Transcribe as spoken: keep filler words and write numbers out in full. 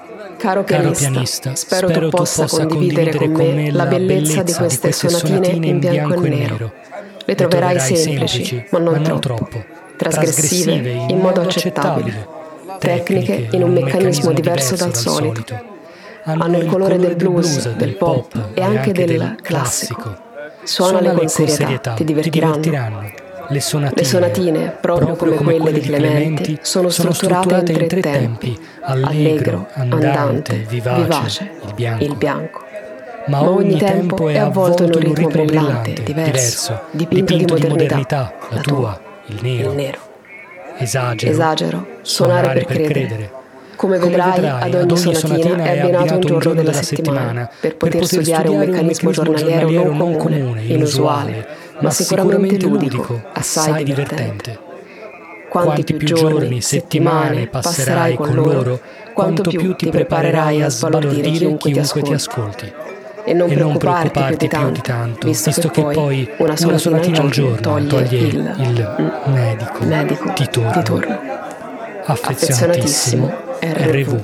Caro Caro pianista, pianista, spero tu possa condividere con me la bellezza di queste sonatine in bianco e nero. Le troverai semplici, ma non troppo, trasgressive in modo accettabile, tecniche in un meccanismo diverso dal solito. Hanno il colore del blues, del pop e anche del classico. Suonale con serietà, ti divertiranno. Le sonatine, Le sonatine, proprio come quelle di Clementi, sono strutturate in tre tempi: allegro, andante, vivace, il bianco. ma ogni tempo è avvolto in un ritmo brillante, diverso, dipinto di modernità, la tua, il nero. Esagero, Esagero, suonare per credere. Come vedrai, ad ogni sonatina è abbinato un giorno della settimana per poter studiare un meccanismo giornaliero non comune, inusuale, ma sicuramente ludico, assai divertente. Quanti più giorni, settimane passerai con loro, quanto più ti preparerai a sbalordire chiunque ti ascolti. E non preoccuparti più di tanto, visto che poi una sonatina al giorno toglie il, il medico, medico ti torna. Ti torna. Affezionatissimo R V.